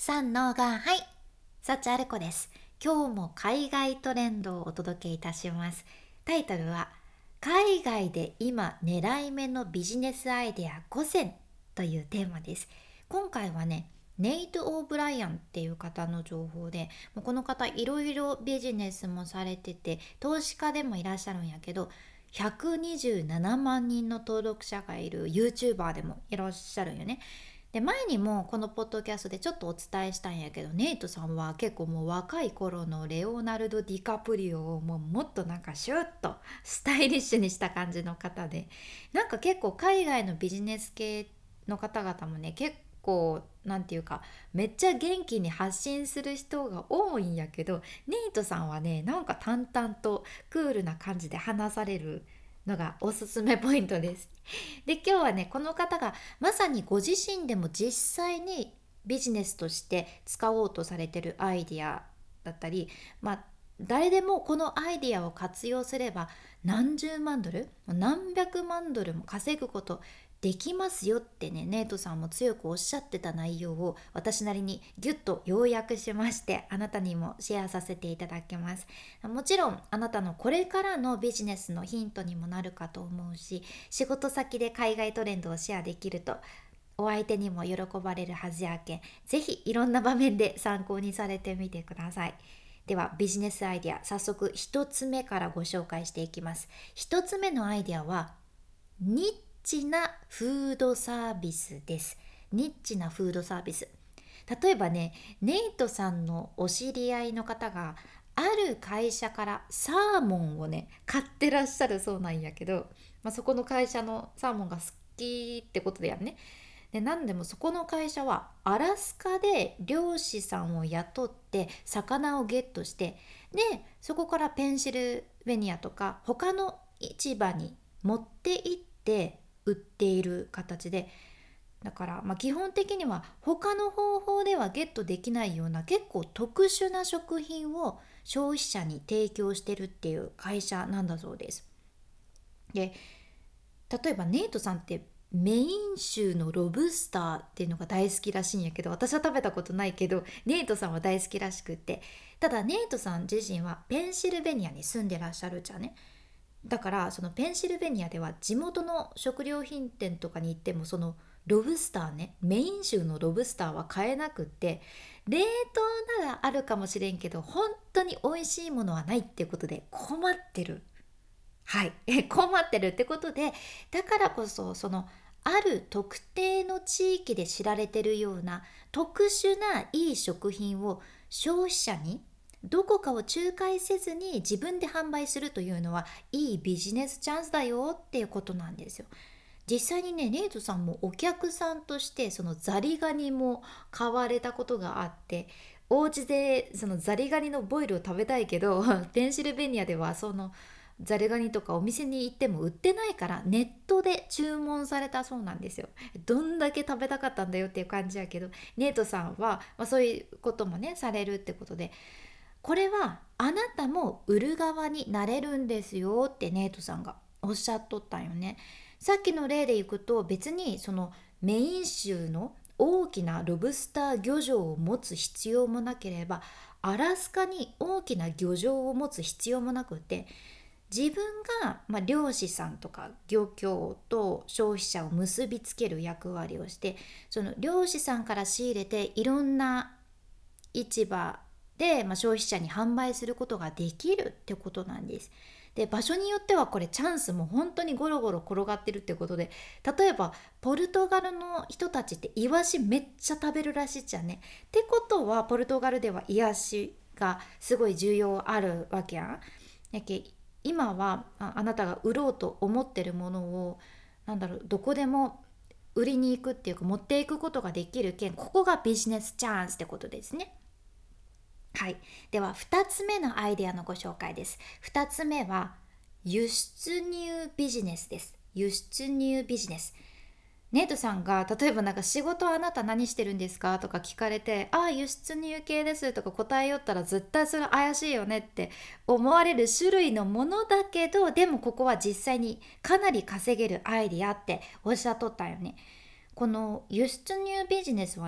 さんのがはい、幸あれ子です。今日も海外トレンドをお届けいたします。タイトルは海外で今狙い目のビジネスアイデア5選というテーマです。今回はね、ネイト・オーブライアンっていう方の情報で、もうこの方いろいろビジネスもされてて投資家でもいらっしゃるんやけど、127万人の登録者がいる YouTuber でもいらっしゃるんよね。で、前にもこのポッドキャストでちょっとお伝えしたんやけど、ネイトさんは結構もう若い頃のレオナルド・ディカプリオをもっとなんかシュッとスタイリッシュにした感じの方で、なんか結構海外のビジネス系の方々もね、結構なんていうかめっちゃ元気に発信する人が多いんやけど、ネイトさんはね、なんか淡々とクールな感じで話されるのがおすすめポイントです。で、今日はね、この方がまさにご自身でも実際にビジネスとして使おうとされてるアイディアだったり、誰でもこのアイディアを活用すれば何十万ドル、何百万ドルも稼ぐことできますよってね、ネイトさんも強くおっしゃってた内容を私なりにギュッと要約しまして、あなたにもシェアさせていただきます。もちろんあなたのこれからのビジネスのヒントにもなるかと思うし、仕事先で海外トレンドをシェアできるとお相手にも喜ばれるはずやけん、ぜひいろんな場面で参考にされてみてください。ではビジネスアイデア、早速一つ目からご紹介していきます。一つ目のアイデアはニッチなフードサービスです。ニッチなフードサービス、例えばね、ネイトさんのお知り合いの方がある会社からサーモンをね買ってらっしゃるそうなんやけど、そこの会社のサーモンが好きってことだよね。で、なんでもそこの会社はアラスカで漁師さんを雇って魚をゲットして、でそこからペンシルベニアとか他の市場に持って行って売っている形で、だから、基本的には他の方法ではゲットできないような結構特殊な食品を消費者に提供してるっていう会社なんだそうです。で、例えばネイトさんってメイン州のロブスターっていうのが大好きらしいんやけど、私は食べたことないけどネイトさんは大好きらしくって、ただネイトさん自身はペンシルベニアに住んでらっしゃるじゃんね。だからそのペンシルベニアでは地元の食料品店とかに行っても、そのロブスターね、メイン州のロブスターは買えなくって、冷凍ならあるかもしれんけど本当に美味しいものはないっていうことで困ってる。はい、困ってるってことで、だからこそそのある特定の地域で知られてるような特殊ないい食品を消費者にどこかを仲介せずに自分で販売するというのはいいビジネスチャンスだよっていうことなんですよ。実際にね、ネイトさんもお客さんとしてそのザリガニも買われたことがあって、お家でそのザリガニのボイルを食べたいけどペンシルベニアではそのザリガニとかお店に行っても売ってないからネットで注文されたそうなんですよ。どんだけ食べたかったんだよっていう感じやけど、ネイトさんは、そういうこともねされるってことで、これはあなたも売る側になれるんですよってネイトさんがおっしゃっとったんよね。さっきの例でいくと、別にそのメイン州の大きなロブスター漁場を持つ必要もなければ、アラスカに大きな漁場を持つ必要もなくて、自分が、漁師さんとか漁協と消費者を結びつける役割をして、その漁師さんから仕入れていろんな市場で、消費者に販売することができるってことなんです。で、場所によってはこれチャンスも本当にゴロゴロ転がってるってことで、例えばポルトガルの人たちってイワシめっちゃ食べるらしいじゃんね。ってことはポルトガルではイワシがすごい重要あるわけやん。やけ今はあなたが売ろうと思ってるものをどこでも売りに行くっていうか持っていくことができるけん、ここがビジネスチャンスってことですね。はい、では2つ目のアイデアのご紹介です。2つ目は輸出入ビジネスです。輸出入ビジネス。ネイトさんが例えば仕事あなた何してるんですかとか聞かれて、輸出入系ですとか答えよったら、絶対それ怪しいよねって思われる種類のものだけど、でもここは実際にかなり稼げるアイディアっておっしゃっとったよね。この輸出入ビジネスはね、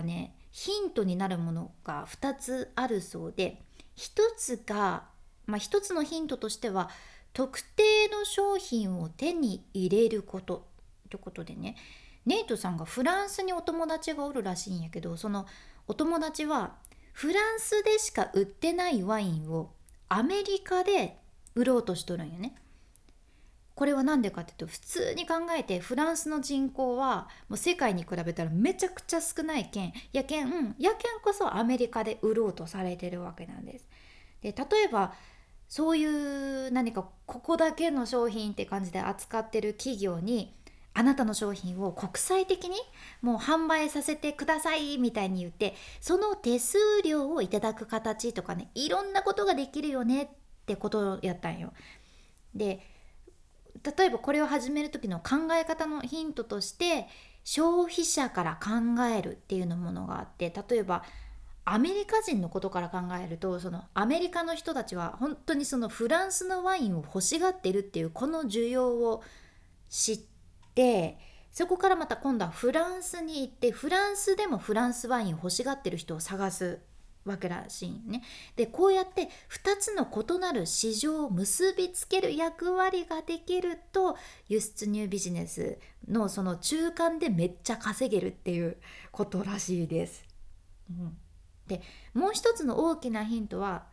ヒントになるものが2つあるそうで、1つが、1つのヒントとしては特定の商品を手に入れることということでね、ネイトさんがフランスにお友達がおるらしいんやけど、そのお友達はフランスでしか売ってないワインをアメリカで売ろうとしとるんよね。これは何でかっていうと、普通に考えてフランスの人口はもう世界に比べたらめちゃくちゃ少ないけん、やけんこそアメリカで売ろうとされてるわけなんです。で、例えばそういう何かここだけの商品って感じで扱ってる企業に、あなたの商品を国際的にもう販売させてくださいみたいに言って、その手数料をいただく形とかね、いろんなことができるよねってことをやったんよ。で、例えばこれを始める時の考え方のヒントとして、消費者から考えるっていうのものがあって、例えばアメリカ人のことから考えると、そのアメリカの人たちは本当にそのフランスのワインを欲しがってるっていうこの需要を知って、そこからまた今度はフランスに行って、フランスでもフランスワインを欲しがってる人を探すわけらしいね。で、こうやって2つの異なる市場を結びつける役割ができると、輸出入ビジネスのその中間でめっちゃ稼げるっていうことらしいです。で、もう一つの大きなヒントは、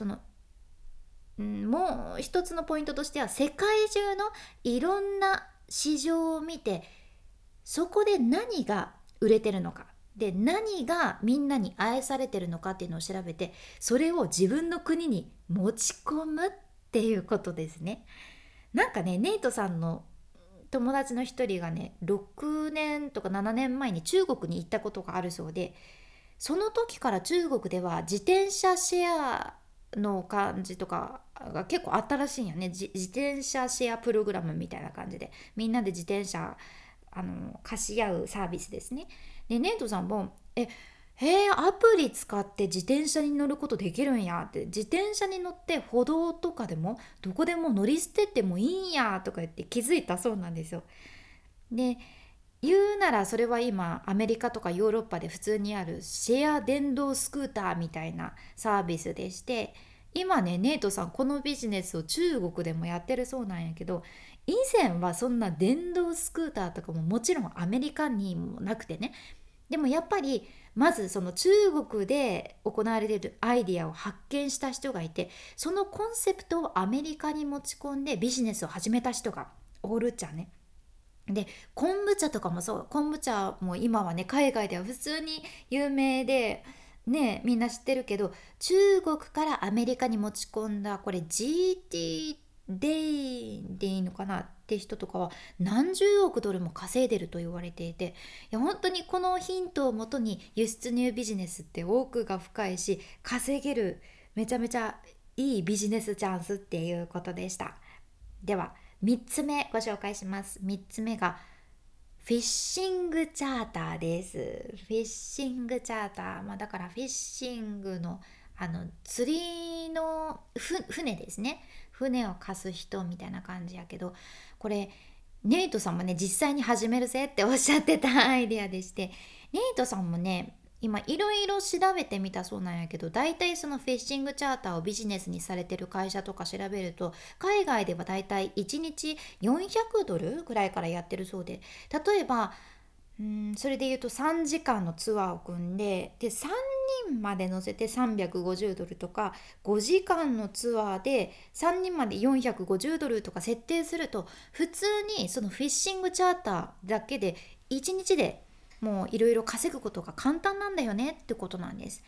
もう一つのポイントとしては、世界中のいろんな市場を見て、そこで何が売れてるのかで、何がみんなに愛されてるのかっていうのを調べて、それを自分の国に持ち込むっていうことですね。なんかね、ネイトさんの友達の一人がね、6年とか7年前に中国に行ったことがあるそうで、その時から中国では自転車シェアの感じとかが結構あったらしいんやね。自転車シェアプログラムみたいな感じで、みんなで自転車貸し合うサービスですね。で、ネイトさんもアプリ使って自転車に乗ることできるんやって、自転車に乗って歩道とかでもどこでも乗り捨ててもいいんやとか言って気づいたそうなんですよ。で、言うならそれは今アメリカとかヨーロッパで普通にあるシェア電動スクーターみたいなサービスでして、今ね、ネイトさんこのビジネスを中国でもやってるそうなんやけど、以前はそんな電動スクーターとかももちろんアメリカにもなくてね、でもやっぱりまずその中国で行われているアイディアを発見した人がいて、そのコンセプトをアメリカに持ち込んでビジネスを始めた人がおるっちゃね。で、昆布茶とかもそう、昆布茶も今はね、海外では普通に有名でね、みんな知ってるけど、中国からアメリカに持ち込んだこれ GT デイでいいのかなって人とかは何十億ドルも稼いでると言われていて、いや本当にこのヒントをもとに輸出入ビジネスって奥が深いし、稼げるめちゃめちゃいいビジネスチャンスっていうことでした。では3つ目ご紹介します。3つ目がフィッシングチャーターです。フィッシングチャーター、だからフィッシングの釣りの船ですね。船を貸す人みたいな感じやけど、これネイトさんもね、実際に始めるぜっておっしゃってたアイデアでして、ネイトさんもね、今いろいろ調べてみたそうなんやけど、大体そのフィッシングチャーターをビジネスにされてる会社とか調べると、海外では大体1日400ドルぐらいからやってるそうで、例えばそれで言うと3時間のツアーを組んで、3人まで乗せて350ドルとか、5時間のツアーで3人まで450ドルとか設定すると、普通にそのフィッシングチャーターだけで1日でもういろいろ稼ぐことが簡単なんだよねってことなんです。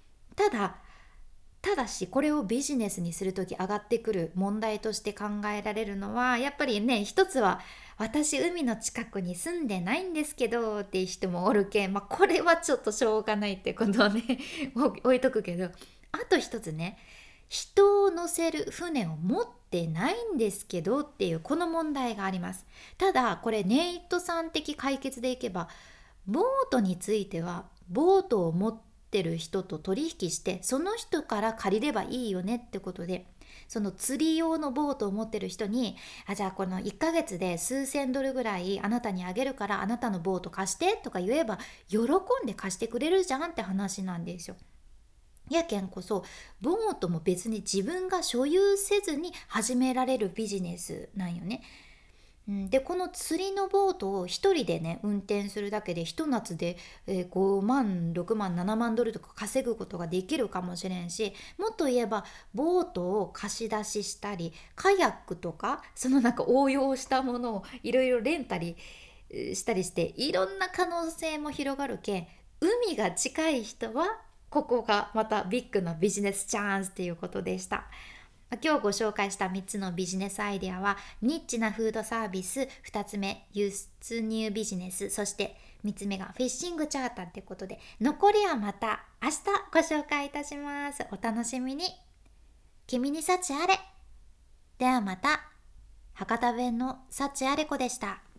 ただしこれをビジネスにするとき上がってくる問題として考えられるのは、やっぱりね、一つは私海の近くに住んでないんですけどっていう人もおるけん、これはちょっとしょうがないってことをね置いとくけど、あと一つね、人を乗せる船を持ってないんですけどっていうこの問題があります。ただこれネイトさん的解決でいけば、ボートについてはボートを持っってる人と取引して、その人から借りればいいよねってことで、その釣り用のボートを持ってる人に、じゃあこの1ヶ月で数千ドルぐらいあなたにあげるから、あなたのボート貸してとか言えば喜んで貸してくれるじゃんって話なんですよ。やけんこそ、ボートも別に自分が所有せずに始められるビジネスなんよね。でこの釣りのボートを一人でね運転するだけでひと夏で、5万6万7万ドルとか稼ぐことができるかもしれんし、もっと言えばボートを貸し出ししたり、カヤックとかそのなんか応用したものをいろいろレンタリしたりして、いろんな可能性も広がるけん、海が近い人はここがまたビッグなビジネスチャンスということでした。今日ご紹介した3つのビジネスアイデアは、ニッチなフードサービス、2つ目輸出入ビジネス、そして3つ目がフィッシングチャーターということで、残りはまた明日ご紹介いたします。お楽しみに。君に幸あれ。ではまた。博多弁の幸あれ子でした。